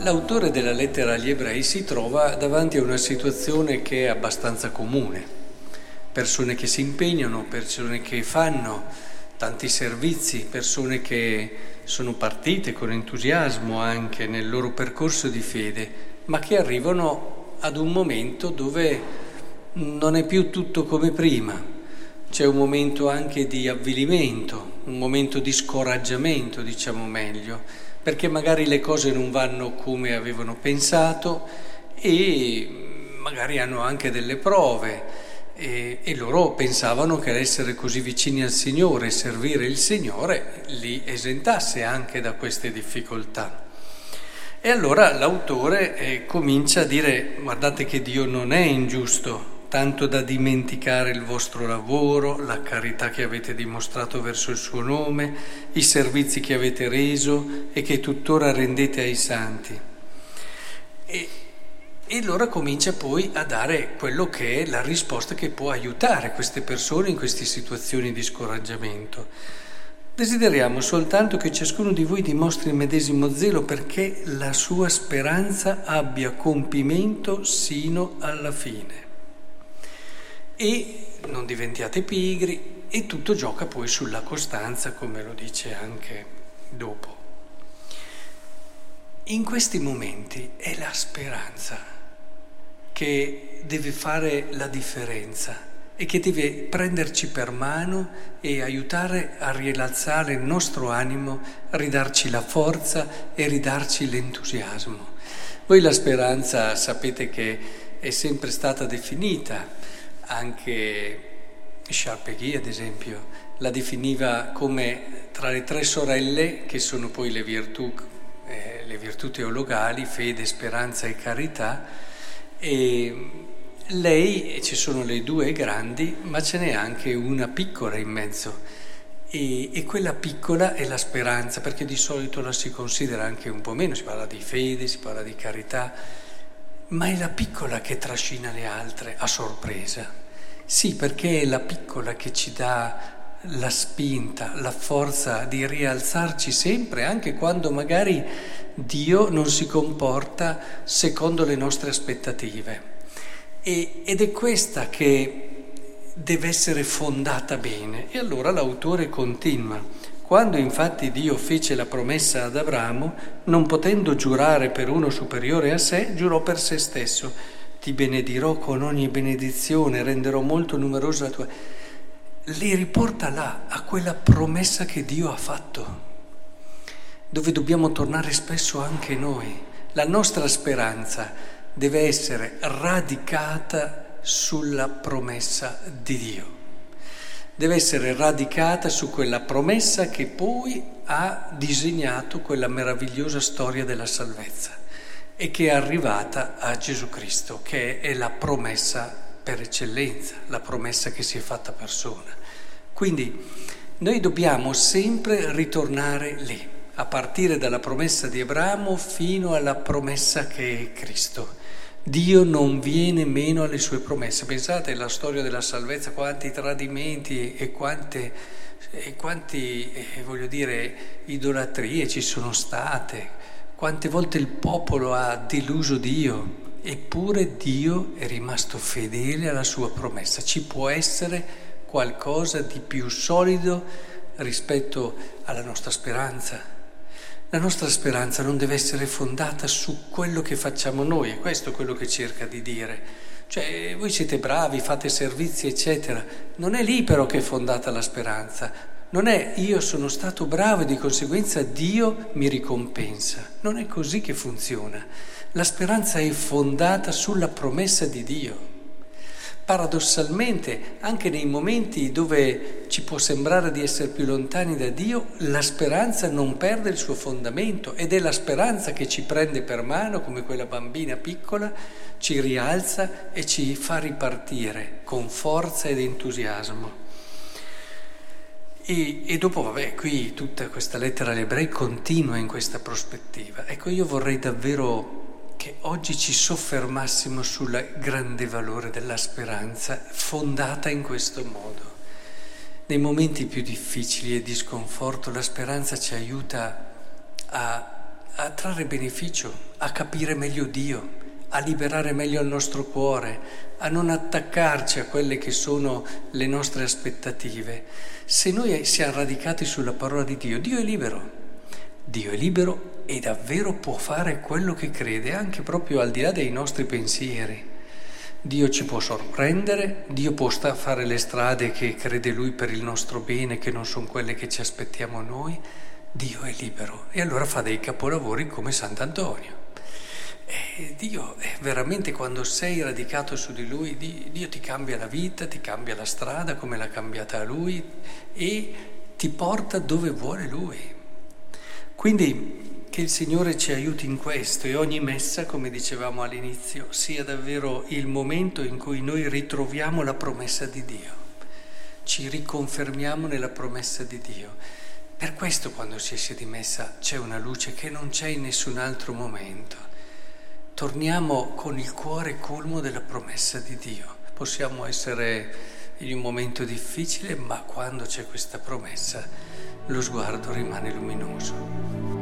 L'autore della lettera agli Ebrei si trova davanti a una situazione che è abbastanza comune. Persone che si impegnano, persone che fanno tanti servizi, persone che sono partite con entusiasmo anche nel loro percorso di fede, ma che arrivano ad un momento dove non è più tutto come prima. C'è un momento anche di avvilimento, un momento di scoraggiamento, diciamo meglio, perché magari le cose non vanno come avevano pensato e magari hanno anche delle prove e loro pensavano che l'essere così vicini al Signore, servire il Signore, li esentasse anche da queste difficoltà. E allora l'autore comincia a dire: guardate che Dio non è ingiusto, tanto da dimenticare il vostro lavoro, la carità che avete dimostrato verso il suo nome, i servizi che avete reso e che tuttora rendete ai santi. E allora comincia poi a dare quello che è la risposta che può aiutare queste persone in queste situazioni di scoraggiamento. Desideriamo soltanto che ciascuno di voi dimostri il medesimo zelo perché la sua speranza abbia compimento sino alla fine. E non diventiate pigri, e tutto gioca poi sulla costanza, come lo dice anche dopo. In questi momenti è la speranza che deve fare la differenza e che deve prenderci per mano e aiutare a rialzare il nostro animo, a ridarci la forza e ridarci l'entusiasmo. Voi la speranza sapete che è sempre stata definita, anche Charpegui ad esempio la definiva come tra le tre sorelle che sono poi le virtù teologali, fede, speranza e carità, e lei, ci sono le due grandi, ma ce n'è anche una piccola in mezzo, e quella piccola è la speranza, perché di solito la si considera anche un po' meno, si parla di fede, si parla di carità, ma è la piccola che trascina le altre a sorpresa. Sì, perché è la piccola che ci dà la spinta, la forza di rialzarci sempre, anche quando magari Dio non si comporta secondo le nostre aspettative. Ed è questa che deve essere fondata bene. E allora l'autore continua: quando infatti Dio fece la promessa ad Abramo, non potendo giurare per uno superiore a sé, giurò per se stesso: ti benedirò con ogni benedizione, renderò molto numerosa la tua... Li riporta là, a quella promessa che Dio ha fatto, dove dobbiamo tornare spesso anche noi. La nostra speranza deve essere radicata sulla promessa di Dio. Deve essere radicata su quella promessa che poi ha disegnato quella meravigliosa storia della salvezza e che è arrivata a Gesù Cristo, che è la promessa per eccellenza, la promessa che si è fatta persona. Quindi noi dobbiamo sempre ritornare lì, a partire dalla promessa di Abramo fino alla promessa che è Cristo. Dio non viene meno alle sue promesse. Pensate alla storia della salvezza, quanti tradimenti e quanti idolatrie ci sono state, quante volte il popolo ha deluso Dio, eppure Dio è rimasto fedele alla sua promessa. Ci può essere qualcosa di più solido rispetto alla nostra speranza? La nostra speranza non deve essere fondata su quello che facciamo noi, e questo è quello che cerca di dire. Cioè, voi siete bravi, fate servizi, eccetera. Non è lì però che è fondata la speranza. Non è io sono stato bravo e di conseguenza Dio mi ricompensa. Non è così che funziona. La speranza è fondata sulla promessa di Dio. Paradossalmente, anche nei momenti dove ci può sembrare di essere più lontani da Dio, la speranza non perde il suo fondamento, ed è la speranza che ci prende per mano, come quella bambina piccola, ci rialza e ci fa ripartire con forza ed entusiasmo. E dopo, qui tutta questa lettera agli Ebrei continua in questa prospettiva. Ecco, io vorrei davvero che oggi ci soffermassimo sul grande valore della speranza fondata in questo modo. Nei momenti più difficili e di sconforto la speranza ci aiuta a trarre beneficio, a a capire meglio Dio, a liberare meglio il nostro cuore, a non attaccarci a quelle che sono le nostre aspettative. Se noi siamo radicati sulla parola di Dio, Dio è libero. Dio è libero e davvero può fare quello che crede, anche proprio al di là dei nostri pensieri. Dio ci può sorprendere, Dio può fare le strade che crede Lui per il nostro bene, che non sono quelle che ci aspettiamo noi. Dio è libero e allora fa dei capolavori come Sant'Antonio. E Dio è veramente, quando sei radicato su di Lui, Dio ti cambia la vita, ti cambia la strada come l'ha cambiata a Lui e ti porta dove vuole Lui. Quindi che il Signore ci aiuti in questo e ogni messa, come dicevamo all'inizio, sia davvero il momento in cui noi ritroviamo la promessa di Dio, ci riconfermiamo nella promessa di Dio. Per questo quando si esce di messa c'è una luce che non c'è in nessun altro momento. Torniamo con il cuore colmo della promessa di Dio. Possiamo essere in un momento difficile, ma quando c'è questa promessa lo sguardo rimane luminoso.